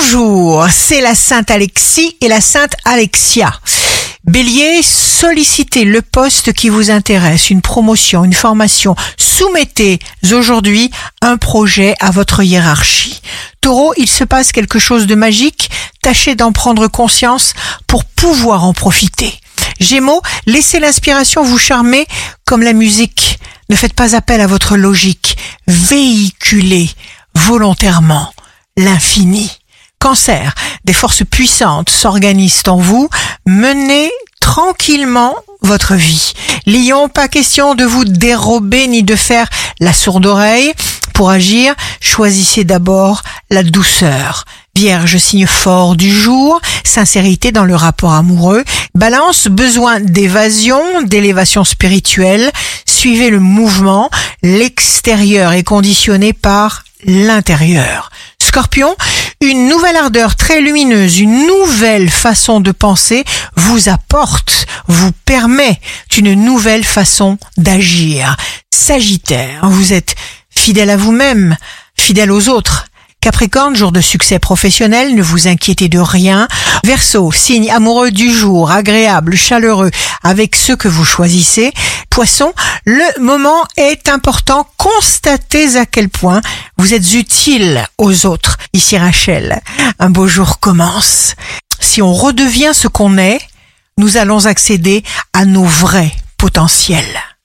Bonjour, c'est la Sainte Alexis et la Sainte Alexia. Bélier, sollicitez le poste qui vous intéresse, une promotion, une formation. Soumettez aujourd'hui un projet à votre hiérarchie. Taureau, il se passe quelque chose de magique. Tâchez d'en prendre conscience pour pouvoir en profiter. Gémeaux, laissez l'inspiration vous charmer comme la musique. Ne faites pas appel à votre logique. Véhiculez volontairement l'infini. Cancer, des forces puissantes s'organisent en vous. Menez tranquillement votre vie. Lion, pas question de vous dérober ni de faire la sourde oreille. Pour agir, choisissez d'abord la douceur. Vierge, signe fort du jour, sincérité dans le rapport amoureux. Balance, besoin d'évasion, d'élévation spirituelle. Suivez le mouvement. L'extérieur est conditionné par l'intérieur. Scorpion, une nouvelle ardeur très lumineuse, une nouvelle façon de penser vous apporte, vous permet une nouvelle façon d'agir. Sagittaire, vous êtes fidèle à vous-même, fidèle aux autres. Capricorne, jour de succès professionnel, ne vous inquiétez de rien. Verseau, signe amoureux du jour, agréable, chaleureux avec ceux que vous choisissez. Poisson, le moment est important. Constatez à quel point vous êtes utile aux autres. Ici Rachel, un beau jour commence. Si on redevient ce qu'on est, nous allons accéder à nos vrais potentiels.